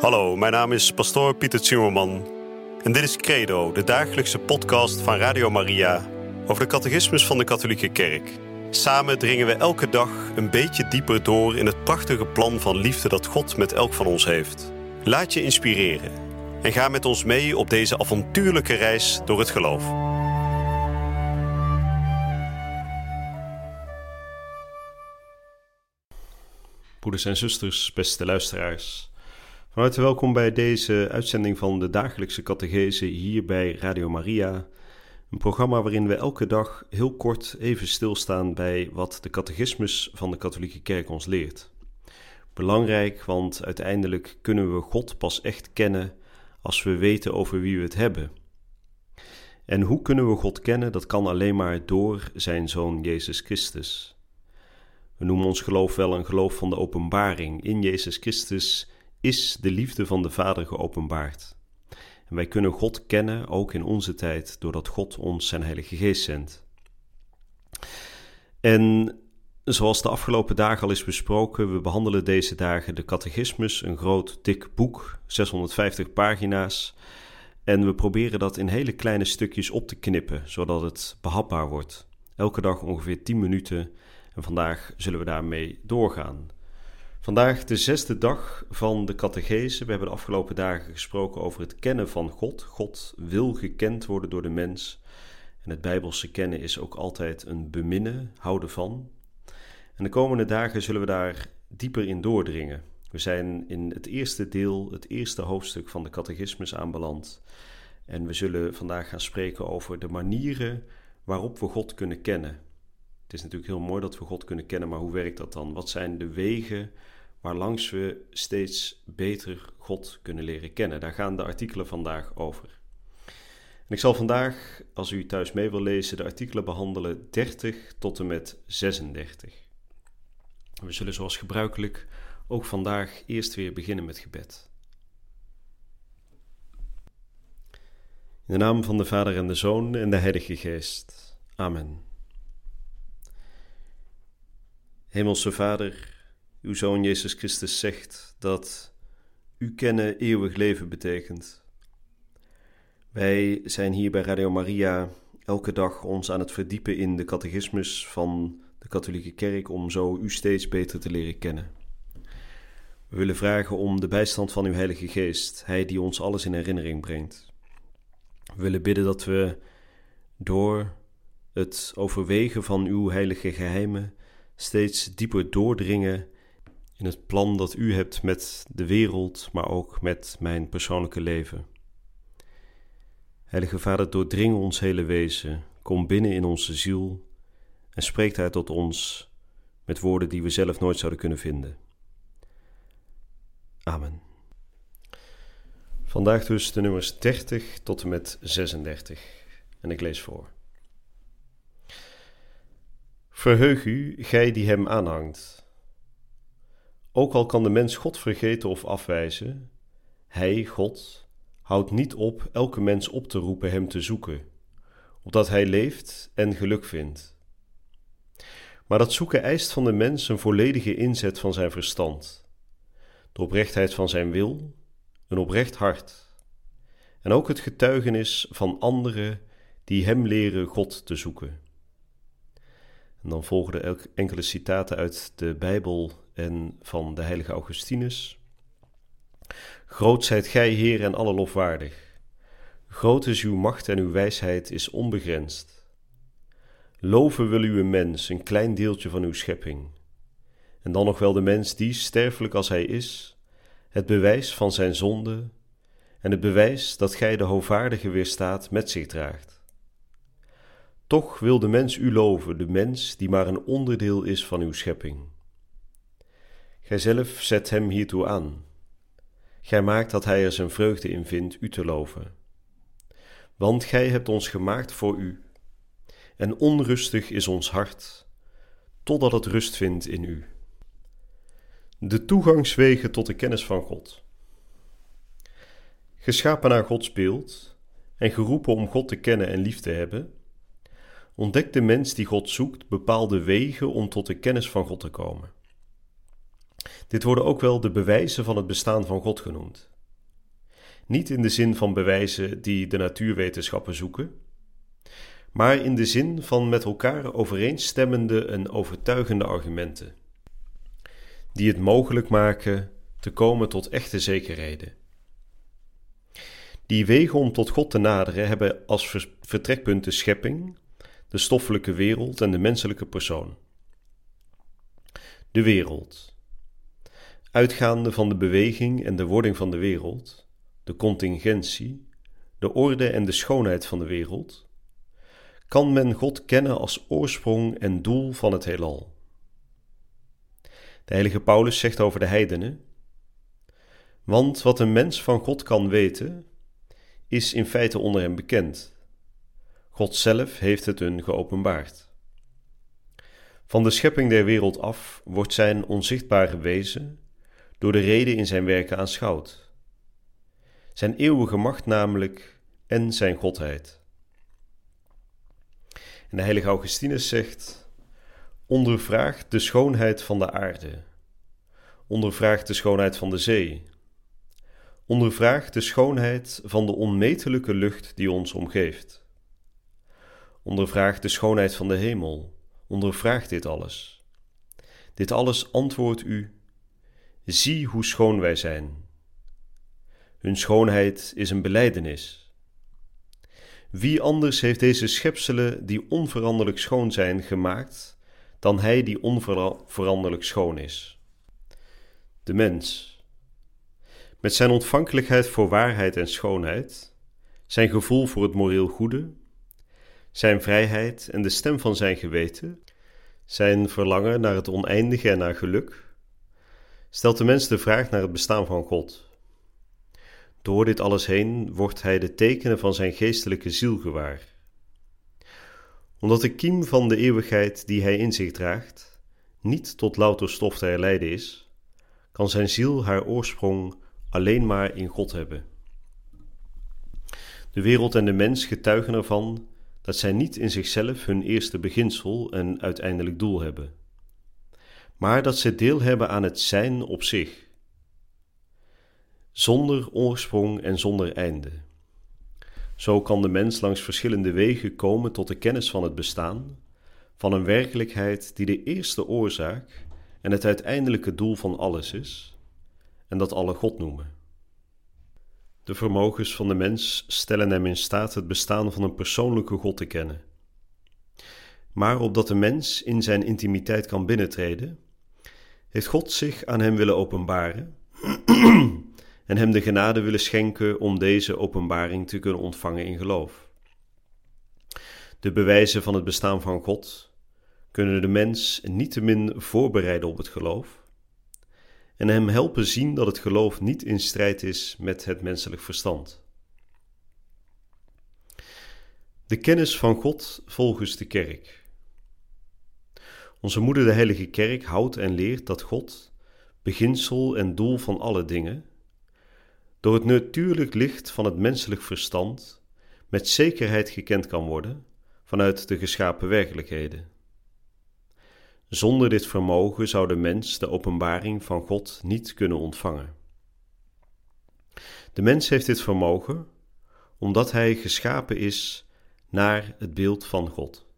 Hallo, mijn naam is pastoor Pieter Zimmerman en dit is Credo, de dagelijkse podcast van Radio Maria over de catechismus van de Katholieke Kerk. Samen dringen we elke dag een beetje dieper door in het prachtige plan van liefde dat God met elk van ons heeft. Laat je inspireren en ga met ons mee op deze avontuurlijke reis door het geloof. Broeders en zusters, beste luisteraars. Van harte welkom bij deze uitzending van de dagelijkse catechese hier bij Radio Maria. Een programma waarin we elke dag heel kort even stilstaan bij wat de catechismus van de Katholieke Kerk ons leert. Belangrijk, want uiteindelijk kunnen we God pas echt kennen als we weten over wie we het hebben. En hoe kunnen we God kennen? Dat kan alleen maar door zijn Zoon Jezus Christus. We noemen ons geloof wel een geloof van de openbaring. In Jezus Christus is de liefde van de Vader geopenbaard. En wij kunnen God kennen, ook in onze tijd, doordat God ons zijn Heilige Geest zendt. En zoals de afgelopen dagen al is besproken, we behandelen deze dagen de catechismus, een groot, dik boek, 650 pagina's. En we proberen dat in hele kleine stukjes op te knippen, zodat het behapbaar wordt. Elke dag ongeveer 10 minuten en vandaag zullen we daarmee doorgaan. Vandaag de 6e dag van de catechese. We hebben de afgelopen dagen gesproken over het kennen van God. God wil gekend worden door de mens. En het Bijbelse kennen is ook altijd een beminnen, houden van. En de komende dagen zullen we daar dieper in doordringen. We zijn in het eerste deel, het eerste hoofdstuk van de catechismus aanbeland. En we zullen vandaag gaan spreken over de manieren waarop we God kunnen kennen. Het is natuurlijk heel mooi dat we God kunnen kennen, maar hoe werkt dat dan? Wat zijn de wegen waarlangs we steeds beter God kunnen leren kennen? Daar gaan de artikelen vandaag over. En ik zal vandaag, als u thuis mee wil lezen, de artikelen behandelen 30 tot en met 36. We zullen zoals gebruikelijk ook vandaag eerst weer beginnen met gebed. In de naam van de Vader en de Zoon en de Heilige Geest. Amen. Hemelse Vader, uw Zoon Jezus Christus zegt dat u kennen eeuwig leven betekent. Wij zijn hier bij Radio Maria elke dag ons aan het verdiepen in de catechismus van de Katholieke Kerk om zo u steeds beter te leren kennen. We willen vragen om de bijstand van uw Heilige Geest, Hij die ons alles in herinnering brengt. We willen bidden dat we door het overwegen van uw heilige geheimen steeds dieper doordringen in het plan dat u hebt met de wereld, maar ook met mijn persoonlijke leven. Heilige Vader, doordring ons hele wezen, kom binnen in onze ziel en spreek daar tot ons met woorden die we zelf nooit zouden kunnen vinden. Amen. Vandaag dus de nummers 30 tot en met 36 en ik lees voor. Verheug u, gij die hem aanhangt. Ook al kan de mens God vergeten of afwijzen, hij, God, houdt niet op elke mens op te roepen hem te zoeken, opdat hij leeft en geluk vindt. Maar dat zoeken eist van de mens een volledige inzet van zijn verstand, de oprechtheid van zijn wil, een oprecht hart, en ook het getuigenis van anderen die hem leren God te zoeken. En dan volgen er enkele citaten uit de Bijbel en van de heilige Augustinus. Groot zijt gij, Heer, en alle lofwaardig. Groot is uw macht en uw wijsheid is onbegrensd. Loven wil u een mens, een klein deeltje van uw schepping. En dan nog wel de mens die, sterfelijk als hij is, het bewijs van zijn zonde en het bewijs dat gij de hoogvaardige weerstaat met zich draagt. Toch wil de mens u loven, de mens die maar een onderdeel is van uw schepping. Gijzelf zet hem hiertoe aan. Gij maakt dat hij er zijn vreugde in vindt u te loven. Want gij hebt ons gemaakt voor u, en onrustig is ons hart, totdat het rust vindt in u. De toegangswegen tot de kennis van God. Geschapen naar Gods beeld en geroepen om God te kennen en lief te hebben, ontdekt de mens die God zoekt bepaalde wegen om tot de kennis van God te komen. Dit worden ook wel de bewijzen van het bestaan van God genoemd. Niet in de zin van bewijzen die de natuurwetenschappen zoeken, maar in de zin van met elkaar overeenstemmende en overtuigende argumenten, die het mogelijk maken te komen tot echte zekerheden. Die wegen om tot God te naderen hebben als vertrekpunt de schepping, de stoffelijke wereld en de menselijke persoon. De wereld. Uitgaande van de beweging en de wording van de wereld, de contingentie, de orde en de schoonheid van de wereld, kan men God kennen als oorsprong en doel van het heelal. De heilige Paulus zegt over de heidenen: want wat een mens van God kan weten, is in feite onder hem bekend. God zelf heeft het hun geopenbaard. Van de schepping der wereld af wordt zijn onzichtbare wezen door de reden in zijn werken aanschouwd. Zijn eeuwige macht namelijk en zijn godheid. En de heilige Augustinus zegt: ondervraag de schoonheid van de aarde, ondervraag de schoonheid van de zee, ondervraag de schoonheid van de onmetelijke lucht die ons omgeeft. Ondervraag de schoonheid van de hemel, ondervraag dit alles. Dit alles antwoordt u: zie hoe schoon wij zijn. Hun schoonheid is een belijdenis. Wie anders heeft deze schepselen die onveranderlijk schoon zijn gemaakt, dan hij die onveranderlijk schoon is? De mens. Met zijn ontvankelijkheid voor waarheid en schoonheid, zijn gevoel voor het moreel goede, zijn vrijheid en de stem van zijn geweten, zijn verlangen naar het oneindige en naar geluk, stelt de mens de vraag naar het bestaan van God. Door dit alles heen wordt hij de tekenen van zijn geestelijke ziel gewaar. Omdat de kiem van de eeuwigheid die hij in zich draagt, niet tot louter stof te herleiden is, kan zijn ziel haar oorsprong alleen maar in God hebben. De wereld en de mens getuigen ervan dat zij niet in zichzelf hun eerste beginsel en uiteindelijk doel hebben, maar dat zij deel hebben aan het zijn op zich, zonder oorsprong en zonder einde. Zo kan de mens langs verschillende wegen komen tot de kennis van het bestaan, van een werkelijkheid die de eerste oorzaak en het uiteindelijke doel van alles is, en dat alle God noemen. De vermogens van de mens stellen hem in staat het bestaan van een persoonlijke God te kennen. Maar opdat de mens in zijn intimiteit kan binnentreden, heeft God zich aan hem willen openbaren en hem de genade willen schenken om deze openbaring te kunnen ontvangen in geloof. De bewijzen van het bestaan van God kunnen de mens niettemin voorbereiden op het geloof en hem helpen zien dat het geloof niet in strijd is met het menselijk verstand. De kennis van God volgens de kerk. Onze moeder de Heilige Kerk houdt en leert dat God, beginsel en doel van alle dingen, door het natuurlijk licht van het menselijk verstand met zekerheid gekend kan worden vanuit de geschapen werkelijkheden. Zonder dit vermogen zou de mens de openbaring van God niet kunnen ontvangen. De mens heeft dit vermogen omdat hij geschapen is naar het beeld van God.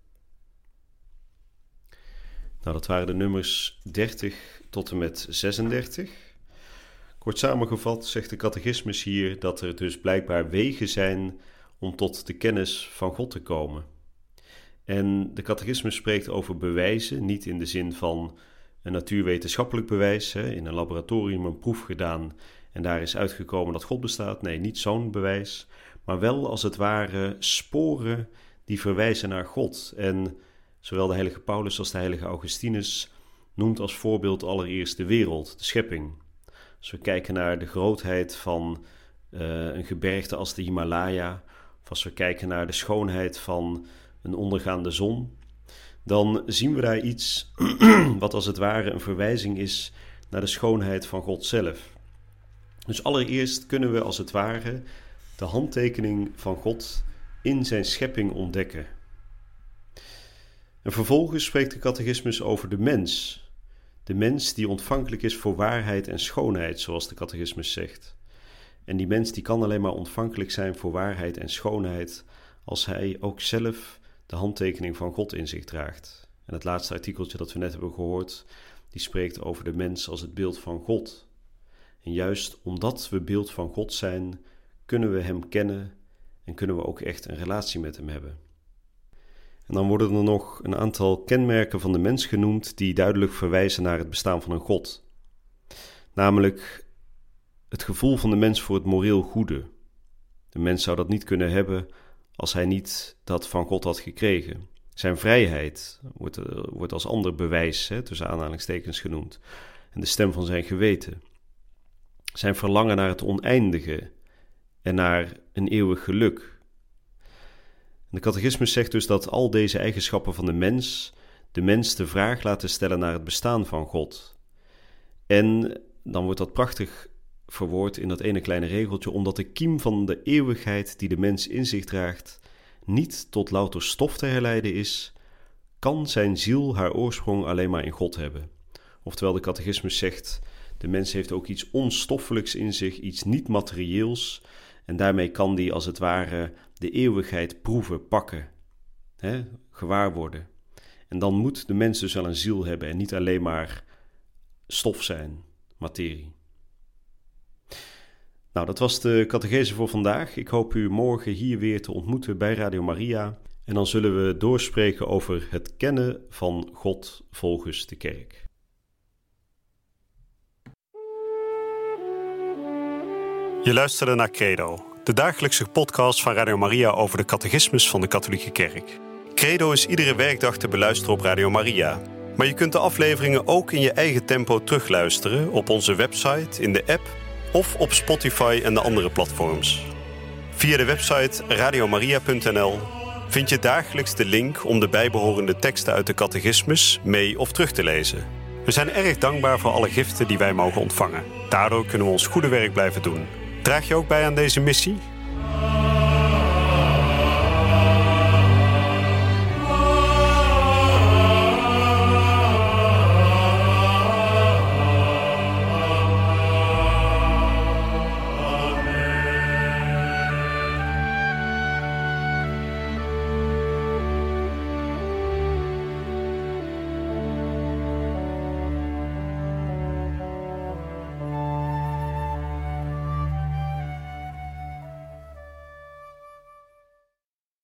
Nou, dat waren de nummers 30 tot en met 36. Kort samengevat zegt de catechismus hier dat er dus blijkbaar wegen zijn om tot de kennis van God te komen. En de catechismus spreekt over bewijzen, niet in de zin van een natuurwetenschappelijk bewijs, in een laboratorium een proef gedaan en daar is uitgekomen dat God bestaat. Nee, niet zo'n bewijs, maar wel als het ware sporen die verwijzen naar God. En zowel de heilige Paulus als de heilige Augustinus noemt als voorbeeld allereerst de wereld, de schepping. Als we kijken naar de grootheid van een gebergte als de Himalaya, of als we kijken naar de schoonheid van een ondergaande zon, dan zien we daar iets wat als het ware een verwijzing is naar de schoonheid van God zelf. Dus allereerst kunnen we als het ware de handtekening van God in zijn schepping ontdekken. En vervolgens spreekt de catechismus over de mens. De mens die ontvankelijk is voor waarheid en schoonheid, zoals de catechismus zegt. En die mens die kan alleen maar ontvankelijk zijn voor waarheid en schoonheid als hij ook zelf de handtekening van God in zich draagt. En het laatste artikeltje dat we net hebben gehoord, die spreekt over de mens als het beeld van God. En juist omdat we beeld van God zijn, kunnen we hem kennen en kunnen we ook echt een relatie met hem hebben. En dan worden er nog een aantal kenmerken van de mens genoemd die duidelijk verwijzen naar het bestaan van een God. Namelijk het gevoel van de mens voor het moreel goede. De mens zou dat niet kunnen hebben als hij niet dat van God had gekregen. Zijn vrijheid wordt als ander bewijs, tussen aanhalingstekens genoemd. En de stem van zijn geweten. Zijn verlangen naar het oneindige en naar een eeuwig geluk. De catechismus zegt dus dat al deze eigenschappen van de mens de vraag laten stellen naar het bestaan van God. En dan wordt dat prachtig verwoord in dat ene kleine regeltje, omdat de kiem van de eeuwigheid die de mens in zich draagt niet tot louter stof te herleiden is, kan zijn ziel haar oorsprong alleen maar in God hebben. Oftewel, de catechismus zegt, de mens heeft ook iets onstoffelijks in zich, iets niet materieels, en daarmee kan die als het ware de eeuwigheid proeven, pakken, gewaar worden. En dan moet de mens dus wel een ziel hebben en niet alleen maar stof zijn, materie. Nou, dat was de catechese voor vandaag. Ik hoop u morgen hier weer te ontmoeten bij Radio Maria. En dan zullen we doorspreken over het kennen van God volgens de kerk. Je luisterde naar Credo, de dagelijkse podcast van Radio Maria over de catechismus van de katholieke kerk. Credo is iedere werkdag te beluisteren op Radio Maria. Maar je kunt de afleveringen ook in je eigen tempo terugluisteren op onze website, in de app of op Spotify en de andere platforms. Via de website radiomaria.nl vind je dagelijks de link om de bijbehorende teksten uit de catechismus mee of terug te lezen. We zijn erg dankbaar voor alle giften die wij mogen ontvangen. Daardoor kunnen we ons goede werk blijven doen. Draag je ook bij aan deze missie?